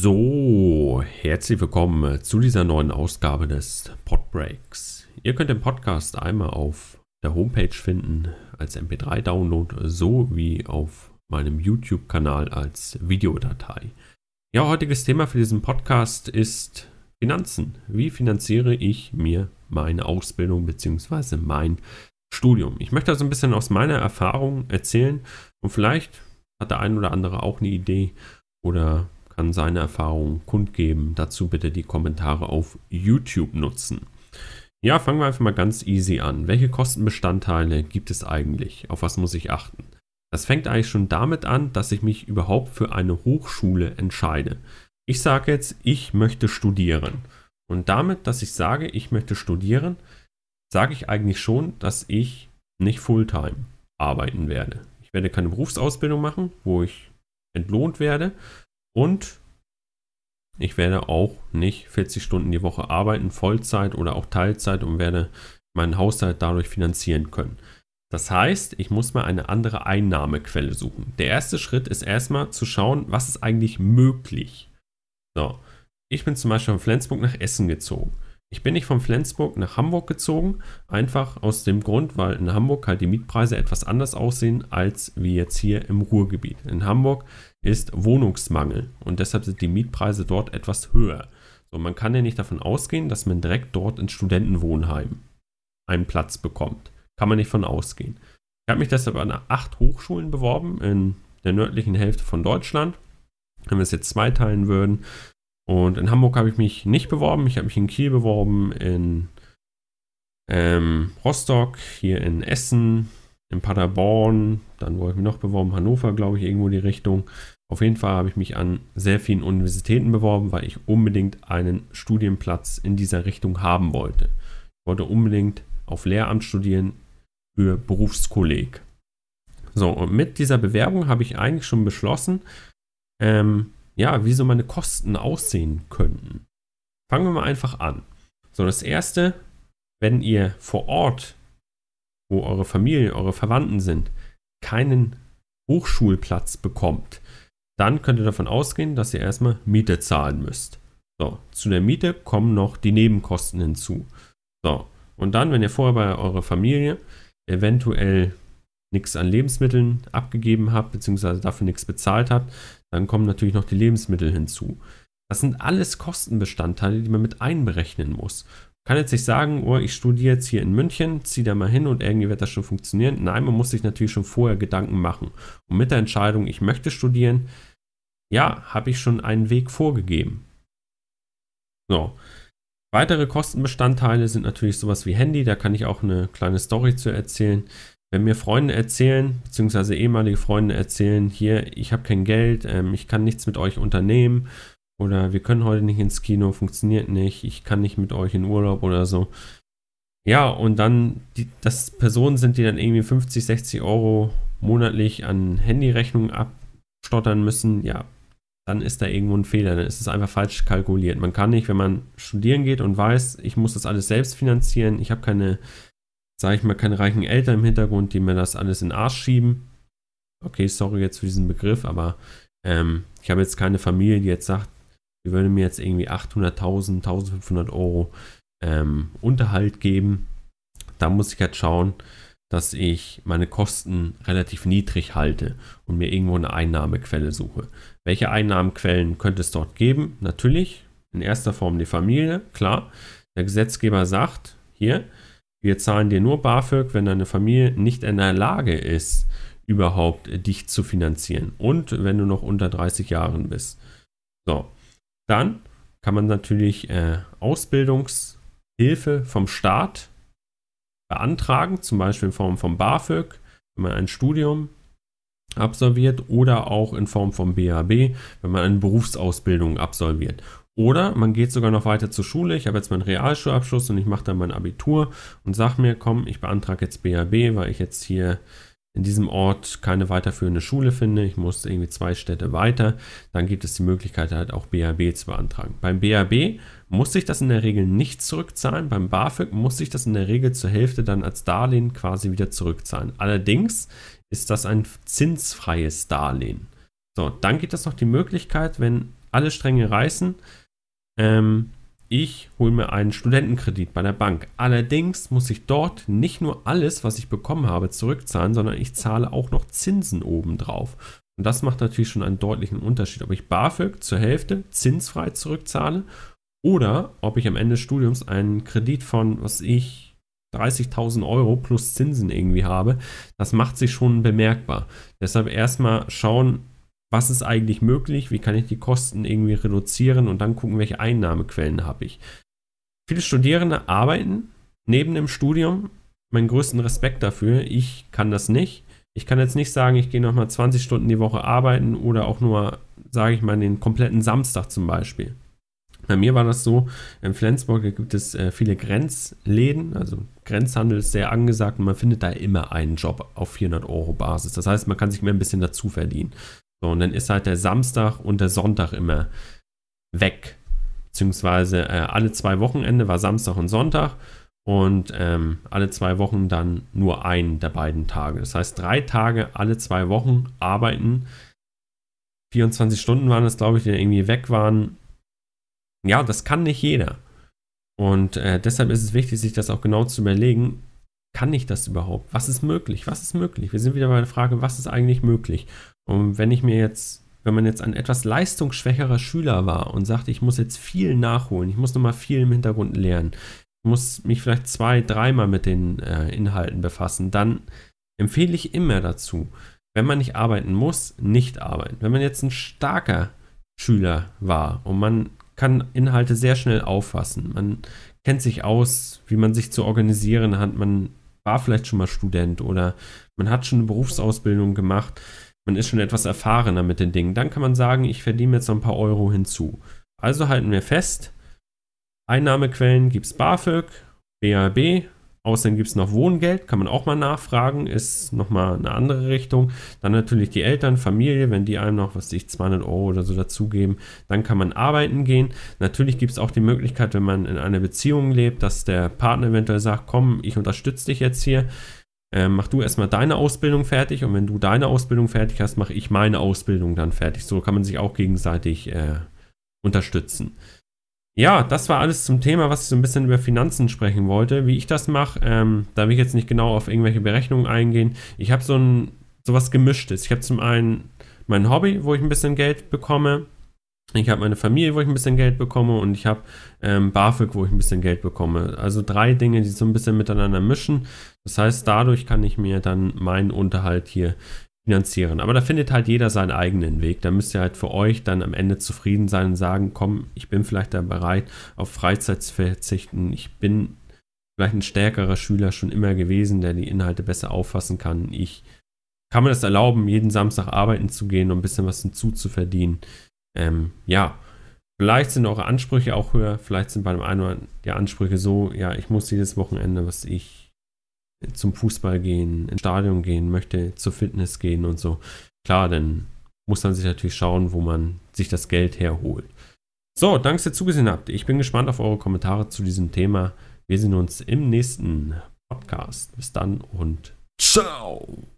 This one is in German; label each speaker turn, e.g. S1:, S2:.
S1: So, herzlich willkommen zu dieser neuen Ausgabe des Podbreaks. Ihr könnt den Podcast einmal auf der Homepage finden als MP3-Download sowie auf meinem YouTube-Kanal als Videodatei. Ja, heutiges Thema für diesen Podcast ist Finanzen. Wie finanziere ich mir meine Ausbildung bzw. mein Studium? Ich möchte also ein bisschen aus meiner Erfahrung erzählen und vielleicht hat der ein oder andere auch eine Idee oder kann seine Erfahrungen kundgeben. Dazu bitte die Kommentare auf YouTube nutzen. Ja, fangen wir einfach mal ganz easy an. Welche Kostenbestandteile gibt es eigentlich? Auf was muss ich achten? Das fängt eigentlich schon damit an, dass ich mich überhaupt für eine Hochschule entscheide. Ich sage jetzt, ich möchte studieren. Und damit, dass ich sage, ich möchte studieren, sage ich eigentlich schon, dass ich nicht Fulltime arbeiten werde. Ich werde keine Berufsausbildung machen, wo ich entlohnt werde. Und ich werde auch nicht 40 Stunden die Woche arbeiten, Vollzeit oder auch Teilzeit, und werde meinen Haushalt dadurch finanzieren können. Das heißt, ich muss mal eine andere Einnahmequelle suchen. Der erste Schritt ist erstmal zu schauen, was ist eigentlich möglich. So, ich bin zum Beispiel von Flensburg nach Essen gezogen. Ich bin nicht von Flensburg nach Hamburg gezogen, einfach aus dem Grund, weil in Hamburg halt die Mietpreise etwas anders aussehen als wie jetzt hier im Ruhrgebiet. In Hamburg ist Wohnungsmangel und deshalb sind die Mietpreise dort etwas höher. So, man kann ja nicht davon ausgehen, dass man direkt dort in Studentenwohnheim einen Platz bekommt. Kann man nicht von ausgehen. Ich habe mich deshalb an 8 Hochschulen beworben in der nördlichen Hälfte von Deutschland. Wenn wir es jetzt zweiteilen würden. Und in Hamburg habe ich mich nicht beworben. Ich habe mich in Kiel beworben, in Rostock, hier in Essen, in Paderborn. Dann wurde ich mich noch beworben, Hannover, glaube ich, irgendwo in die Richtung. Auf jeden Fall habe ich mich an sehr vielen Universitäten beworben, weil ich unbedingt einen Studienplatz in dieser Richtung haben wollte. Ich wollte unbedingt auf Lehramt studieren für Berufskolleg. So, und mit dieser Bewerbung habe ich eigentlich schon beschlossen, wie so meine Kosten aussehen könnten. Fangen wir mal einfach an. So, das erste, wenn ihr vor Ort, wo eure Familie, eure Verwandten sind, keinen Hochschulplatz bekommt, dann könnt ihr davon ausgehen, dass ihr erstmal Miete zahlen müsst. So, zu der Miete kommen noch die Nebenkosten hinzu. So, und dann, wenn ihr vorher bei eurer Familie eventuell nichts an Lebensmitteln abgegeben habt, beziehungsweise dafür nichts bezahlt habt, dann kommen natürlich noch die Lebensmittel hinzu. Das sind alles Kostenbestandteile, die man mit einberechnen muss. Man kann jetzt nicht sagen, oh, ich studiere jetzt hier in München, ziehe da mal hin und irgendwie wird das schon funktionieren. Nein, man muss sich natürlich schon vorher Gedanken machen. Und mit der Entscheidung, ich möchte studieren, ja, habe ich schon einen Weg vorgegeben. So. Weitere Kostenbestandteile sind natürlich sowas wie Handy, da kann ich auch eine kleine Story zu erzählen. Wenn mir Freunde erzählen, beziehungsweise ehemalige Freunde erzählen, hier, ich habe kein Geld, ich kann nichts mit euch unternehmen oder wir können heute nicht ins Kino, funktioniert nicht, ich kann nicht mit euch in Urlaub oder so. Ja, und dann, das Personen sind, die dann irgendwie 50, 60 Euro monatlich an Handyrechnungen abstottern müssen, ja, dann ist da irgendwo ein Fehler, dann ist es einfach falsch kalkuliert. Man kann nicht, wenn man studieren geht und weiß, ich muss das alles selbst finanzieren, ich habe keine reichen Eltern im Hintergrund, die mir das alles in den Arsch schieben. Okay, sorry jetzt für diesen Begriff, aber ich habe jetzt keine Familie, die jetzt sagt, die würde mir jetzt irgendwie 800.000, 1.500 Euro Unterhalt geben. Da muss ich halt schauen, dass ich meine Kosten relativ niedrig halte und mir irgendwo eine Einnahmequelle suche. Welche Einnahmequellen könnte es dort geben? Natürlich, in erster Form die Familie, klar. Der Gesetzgeber sagt, hier, wir zahlen dir nur BAföG, wenn deine Familie nicht in der Lage ist, überhaupt dich zu finanzieren. Und wenn du noch unter 30 Jahren bist. So, dann kann man natürlich Ausbildungshilfe vom Staat beantragen, zum Beispiel in Form von BAföG, wenn man ein Studium absolviert, oder auch in Form von BAB, wenn man eine Berufsausbildung absolviert. Oder man geht sogar noch weiter zur Schule. Ich habe jetzt meinen Realschulabschluss und ich mache dann mein Abitur und sage mir, komm, ich beantrage jetzt BAB, weil ich jetzt hier in diesem Ort keine weiterführende Schule finde. Ich muss irgendwie 2 Städte weiter. Dann gibt es die Möglichkeit halt auch BAB zu beantragen. Beim BAB muss ich das in der Regel nicht zurückzahlen. Beim BAföG muss ich das in der Regel zur Hälfte dann als Darlehen quasi wieder zurückzahlen. Allerdings ist das ein zinsfreies Darlehen. So, dann gibt es noch die Möglichkeit, wenn alle Stränge reißen. Ich hole mir einen Studentenkredit bei der Bank. Allerdings muss ich dort nicht nur alles, was ich bekommen habe, zurückzahlen, sondern ich zahle auch noch Zinsen obendrauf. Und das macht natürlich schon einen deutlichen Unterschied, ob ich BAföG zur Hälfte zinsfrei zurückzahle oder ob ich am Ende des Studiums einen Kredit von, 30.000 Euro plus Zinsen irgendwie habe. Das macht sich schon bemerkbar. Deshalb erstmal schauen, was ist eigentlich möglich, wie kann ich die Kosten irgendwie reduzieren und dann gucken, welche Einnahmequellen habe ich. Viele Studierende arbeiten neben dem Studium. Meinen größten Respekt dafür. Ich kann das nicht. Ich kann jetzt nicht sagen, ich gehe nochmal 20 Stunden die Woche arbeiten oder auch nur, sage ich mal, den kompletten Samstag zum Beispiel. Bei mir war das so, in Flensburg gibt es viele Grenzläden, also Grenzhandel ist sehr angesagt und man findet da immer einen Job auf 400 Euro Basis. Das heißt, man kann sich mehr ein bisschen dazu verdienen. So, und dann ist halt der Samstag und der Sonntag immer weg. Beziehungsweise alle 2 Wochenende war Samstag und Sonntag und alle 2 Wochen dann nur einen der beiden Tage. Das heißt, 3 Tage alle 2 Wochen arbeiten. 24 Stunden waren es, glaube ich, die irgendwie weg waren. Ja, das kann nicht jeder. Und deshalb ist es wichtig, sich das auch genau zu überlegen. Kann ich das überhaupt? Was ist möglich? Was ist möglich? Wir sind wieder bei der Frage, was ist eigentlich möglich? Und wenn man jetzt ein etwas leistungsschwächerer Schüler war und sagt, ich muss jetzt viel nachholen, ich muss nochmal viel im Hintergrund lernen, ich muss mich vielleicht 2-3 Mal mit den Inhalten befassen, dann empfehle ich immer dazu, wenn man nicht arbeiten muss, nicht arbeiten. Wenn man jetzt ein starker Schüler war und man kann Inhalte sehr schnell auffassen, man kennt sich aus, wie man sich zu organisieren hat, man war vielleicht schon mal Student oder man hat schon eine Berufsausbildung gemacht, man ist schon etwas erfahrener mit den Dingen, dann kann man sagen, ich verdiene jetzt noch ein paar Euro hinzu. Also halten wir fest, Einnahmequellen gibt es BAföG, BAB, außerdem gibt es noch Wohngeld, kann man auch mal nachfragen, ist nochmal eine andere Richtung. Dann natürlich die Eltern, Familie, wenn die einem noch, 200 Euro oder so dazugeben, dann kann man arbeiten gehen. Natürlich gibt es auch die Möglichkeit, wenn man in einer Beziehung lebt, dass der Partner eventuell sagt, komm, ich unterstütze dich jetzt hier, mach du erstmal deine Ausbildung fertig und wenn du deine Ausbildung fertig hast, mache ich meine Ausbildung dann fertig. So kann man sich auch gegenseitig unterstützen. Ja, das war alles zum Thema, was ich so ein bisschen über Finanzen sprechen wollte. Wie ich das mache, da will ich jetzt nicht genau auf irgendwelche Berechnungen eingehen. Ich habe sowas Gemischtes. Ich habe zum einen mein Hobby, wo ich ein bisschen Geld bekomme. Ich habe meine Familie, wo ich ein bisschen Geld bekomme und ich habe BAföG, wo ich ein bisschen Geld bekomme. Also 3 Dinge, die so ein bisschen miteinander mischen. Das heißt, dadurch kann ich mir dann meinen Unterhalt hier finanzieren. Aber da findet halt jeder seinen eigenen Weg. Da müsst ihr halt für euch dann am Ende zufrieden sein und sagen, komm, ich bin vielleicht da bereit, auf Freizeit zu verzichten. Ich bin vielleicht ein stärkerer Schüler schon immer gewesen, der die Inhalte besser auffassen kann. Ich kann mir das erlauben, jeden Samstag arbeiten zu gehen und ein bisschen was hinzuzuverdienen. Ja, vielleicht sind eure Ansprüche auch höher. Vielleicht sind bei dem einen oder anderen die Ansprüche so, ja, ich muss jedes Wochenende, zum Fußball gehen, ins Stadion gehen, möchte zur Fitness gehen und so. Klar, dann muss man sich natürlich schauen, wo man sich das Geld herholt. So, danke, dass ihr zugesehen habt. Ich bin gespannt auf eure Kommentare zu diesem Thema. Wir sehen uns im nächsten Podcast. Bis dann und ciao!